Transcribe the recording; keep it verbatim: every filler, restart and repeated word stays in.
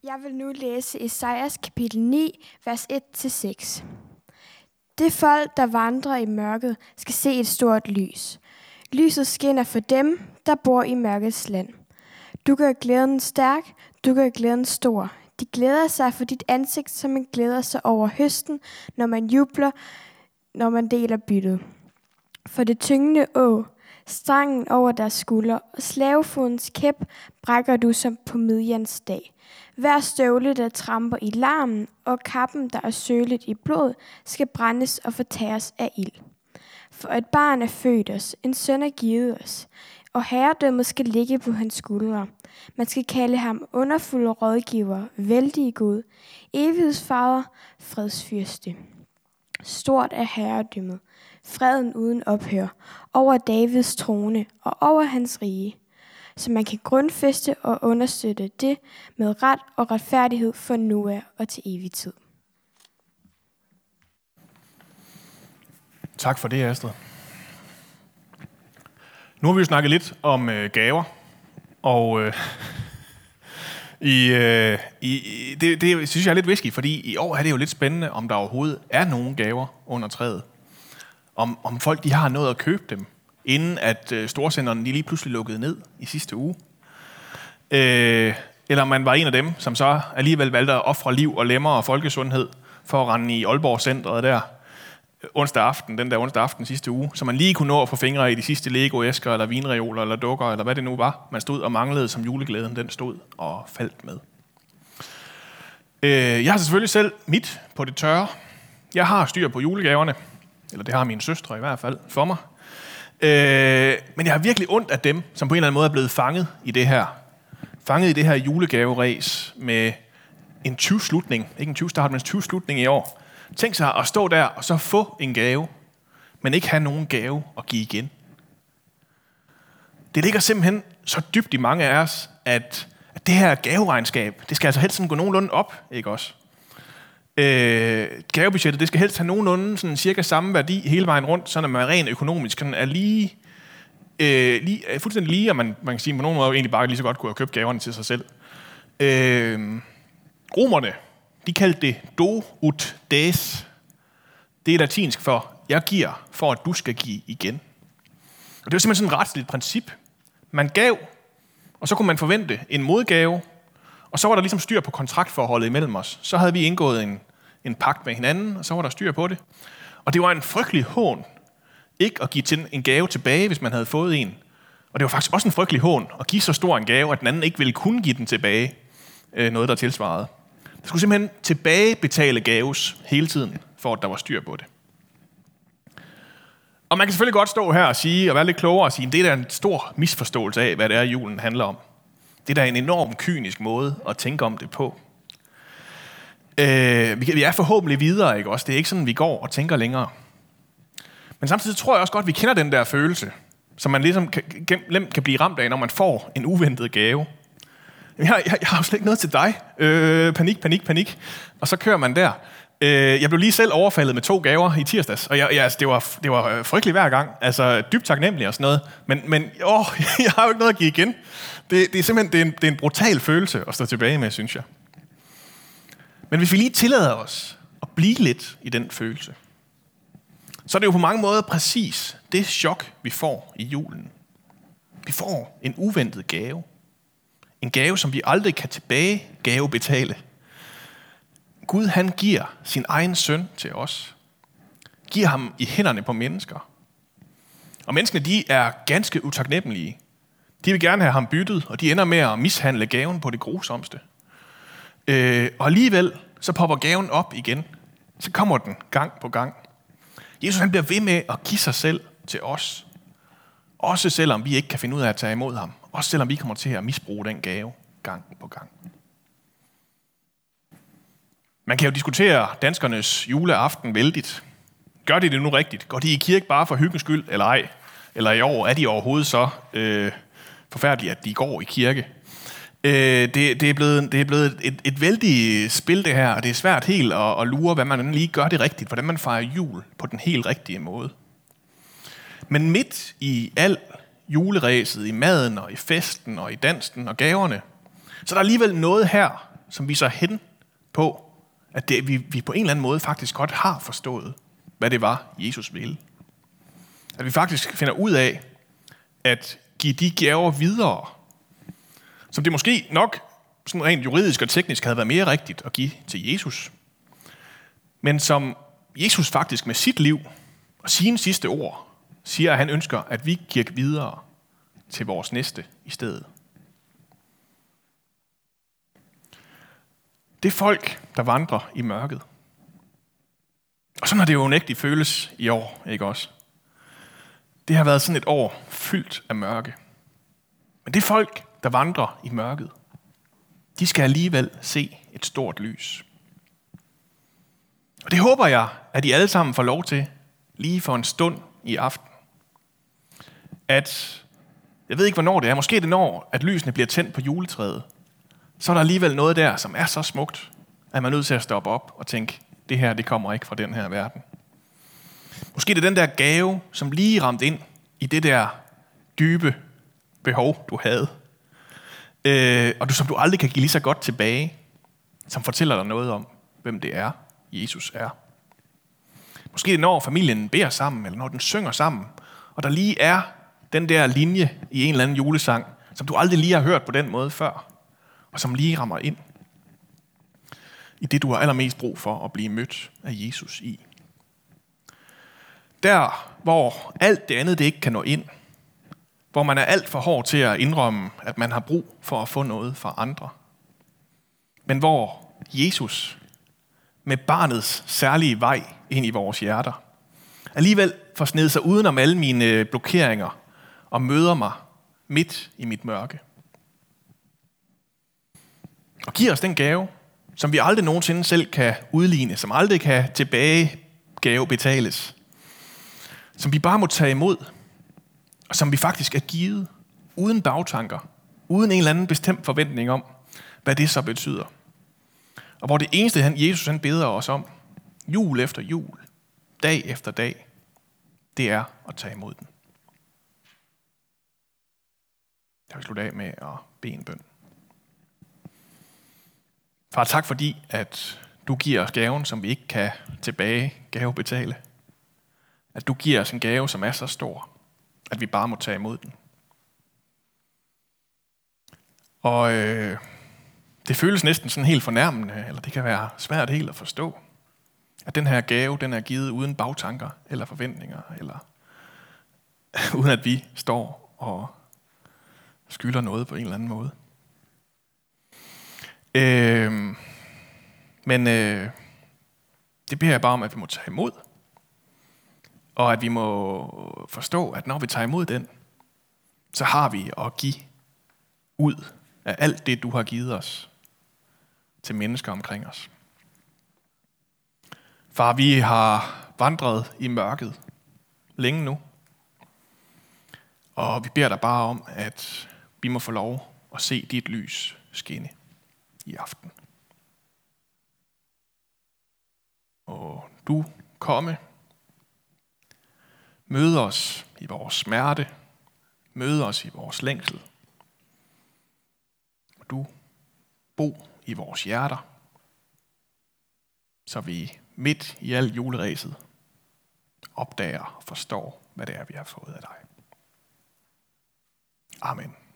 Jeg vil nu læse Esajas kapitel ni, vers et til seks. Det folk, der vandrer i mørket, skal se et stort lys. Lyset skinner for dem, der bor i mørkets land. Du gør glæden stærk, du gør glæden stor. De glæder sig for dit ansigt, som man glæder sig over høsten, når man jubler, når man deler byttet. For det tyngende å, strangen over deres skulder og slavefodens kæp brækker du som på Midjans dag. Hver støvle, der tramper i larmen, og kappen, der er sølet i blod, skal brændes og fortæres af ild. For et barn er født os, en søn er givet os, og herredømmet skal ligge på hans skuldre. Man skal kalde ham underfulde rådgiver, vældige Gud, evighedsfader, fredsfyrste. Stort er herredømmet, freden uden ophør, over Davids trone og over hans rige, så man kan grundfæste og understøtte det med ret og retfærdighed for nu af og til evig tid. Tak for det, Astrid. Nu har vi jo snakket lidt om øh, gaver, og øh, i, øh, i, det, det synes jeg er lidt whisky, fordi i år er det jo lidt spændende, om der overhovedet er nogen gaver under træet. Om, om folk de har noget at købe dem, inden at øh, storcenterne de lige pludselig lukkede ned i sidste uge. Øh, eller om man var en af dem, som så alligevel valgte at ofre liv og lemmer og folkesundhed for at rende i Aalborg-centret der onsdag aften, den der onsdag aften sidste uge, så man lige kunne nå at få fingre i de sidste Lego-æsker, eller vinreoler, eller dukker, eller hvad det nu var, man stod og manglede, som juleglæden den stod og faldt med. Øh, jeg har selvfølgelig selv mit på det tørre. Jeg har styr på julegaverne, eller det har mine søstre i hvert fald for mig. Øh, men jeg har virkelig ondt af dem, som på en eller anden måde er blevet fanget i det her. Fanget i det her julegaveræs med en tyve-slutning, ikke en tyve-start, men en tyve-slutning i år. Tænk sig at stå der og så få en gave, men ikke have nogen gave at give igen. Det ligger simpelthen så dybt i mange af os, at, at det her gaveregnskab, det skal altså helst sådan gå nogenlunde op, ikke også? Øh, gavebudgettet, det skal helst have nogenlunde sådan cirka samme værdi hele vejen rundt, så når man rent økonomisk er lige, øh, lige, er fuldstændig lige, og man, man kan sige, på nogen måde egentlig bare lige så godt kunne have købt gaverne til sig selv. Øh, romerne, de kaldte det do ut des. Det er latinsk for, jeg giver, for at du skal give igen. Og det var simpelthen sådan et retsligt princip. Man gav, og så kunne man forvente en modgave, og så var der ligesom styr på kontraktforholdet imellem os. Så havde vi indgået en, en pagt med hinanden, og så var der styr på det. Og det var en frygtelig hån, ikke at give til en gave tilbage, hvis man havde fået en. Og det var faktisk også en frygtelig hån at give så stor en gave, at den anden ikke ville kunne give den tilbage, noget der tilsvarede. Der skulle simpelthen tilbagebetale gaves hele tiden, for at der var styr på det. Og man kan selvfølgelig godt stå her og sige, og være lidt klogere og sige, at det er da en stor misforståelse af, hvad det er, julen handler om. Det er da en enorm kynisk måde at tænke om det på. Øh, vi er forhåbentlig videre, ikke også? Det er ikke sådan, vi går og tænker længere. Men samtidig tror jeg også godt, at vi kender den der følelse, som man ligesom kan, kan blive ramt af, når man får en uventet gave. Jeg, jeg, jeg har jo slet ikke noget til dig. Øh, panik, panik, panik. Og så kører man der. Øh, jeg blev lige selv overfaldet med to gaver i tirsdags, og jeg, jeg, altså, det, var, det var frygteligt hver gang. Altså dybt taknemmelig og sådan noget. Men, men åh, jeg har jo ikke noget at give igen. Det, det er simpelthen det er en, det er en brutal følelse at stå tilbage med, synes jeg. Men hvis vi lige tillader os at blive lidt i den følelse, så er det jo på mange måder præcis det chok, vi får i julen. Vi får en uventet gave. En gave, som vi aldrig kan tilbage gavebetale. Gud, han giver sin egen søn til os. Giver ham i hænderne på mennesker. Og menneskene, de er ganske utaknemmelige. De vil gerne have ham byttet, og de ender med at mishandle gaven på det grusomste. Øh, og alligevel, så popper gaven op igen. Så kommer den gang på gang. Jesus, han bliver ved med at give sig selv til os. Også selvom vi ikke kan finde ud af at tage imod ham. Også selvom vi kommer til at misbruge den gave gang på gang. Man kan jo diskutere danskernes juleaften vældigt. Gør de det nu rigtigt? Går de i kirke bare for hyggens skyld, eller ej? Eller i år er de overhovedet så øh, forfærdelige, at de går i kirke? Øh, det, det er blevet, det er blevet et, et vældigt spil, det her, og det er svært helt at, at lure, hvad man lige gør det rigtigt, hvordan man fejrer jul på den helt rigtige måde. Men midt i al juleræset, i maden og i festen og i dansen og gaverne, så der er alligevel noget her, som viser hen på, at det, vi, vi på en eller anden måde faktisk godt har forstået, hvad det var, Jesus ville. At vi faktisk finder ud af at give de gaver videre, som det måske nok sådan rent juridisk og teknisk havde været mere rigtigt at give til Jesus, men som Jesus faktisk med sit liv og sine sidste ord siger, at han ønsker, at vi giver videre til vores næste i stedet. Det er folk, der vandrer i mørket. Og sådan har det jo unægteligt føles i år, ikke også? Det har været sådan et år fyldt af mørke. Men det folk, der vandrer i mørket, de skal alligevel se et stort lys. Og det håber jeg, at I alle sammen får lov til, lige for en stund i aften. At, jeg ved ikke hvornår det er, måske det når, at lysene bliver tændt på juletræet, så er der alligevel noget der, som er så smukt, at man er nødt til at stoppe op og tænke, det her, det kommer ikke fra den her verden. Måske det er den der gave, som lige ramte ind i det der dybe behov, du havde. Øh, og du, som du aldrig kan give lige så godt tilbage, som fortæller dig noget om, hvem det er, Jesus er. Måske det når familien beder sammen, eller når den synger sammen, og der lige er den der linje i en eller anden julesang, som du aldrig lige har hørt på den måde før, og som lige rammer ind i det, du har allermest brug for at blive mødt af Jesus i. Der, hvor alt det andet det ikke kan nå ind, hvor man er alt for hård til at indrømme, at man har brug for at få noget fra andre, men hvor Jesus med barnets særlige vej ind i vores hjerter alligevel får snedet sig udenom alle mine blokeringer og møder mig midt i mit mørke. Og giver os den gave, som vi aldrig nogensinde selv kan udligne, som aldrig kan tilbagegave betales, som vi bare må tage imod, og som vi faktisk er givet, uden bagtanker, uden en eller anden bestemt forventning om, hvad det så betyder. Og hvor det eneste, han, Jesus han beder os om, jul efter jul, dag efter dag, det er at tage imod den. Jeg vil slutte af med at bede en bøn. Far, tak fordi, at du giver os gaven, som vi ikke kan tilbage gavebetale. At du giver os en gave, som er så stor, at vi bare må tage imod den. Og øh, det føles næsten sådan helt fornærmende, eller det kan være svært helt at forstå, at den her gave, den er givet uden bagtanker eller forventninger, eller uden at vi står og skylder noget på en eller anden måde. Øh, men øh, det beder jeg bare om, at vi må tage imod, og at vi må forstå, at når vi tager imod den, så har vi at give ud af alt det, du har givet os til mennesker omkring os. Far, vi har vandret i mørket længe nu, og vi beder dig bare om, at vi må få lov at se dit lys skinne i aften. Og du komme, møde os i vores smerte, møde os i vores længsel. Og du bo i vores hjerter, så vi midt i al juleræset opdager og forstår, hvad det er, vi har fået af dig. Amen.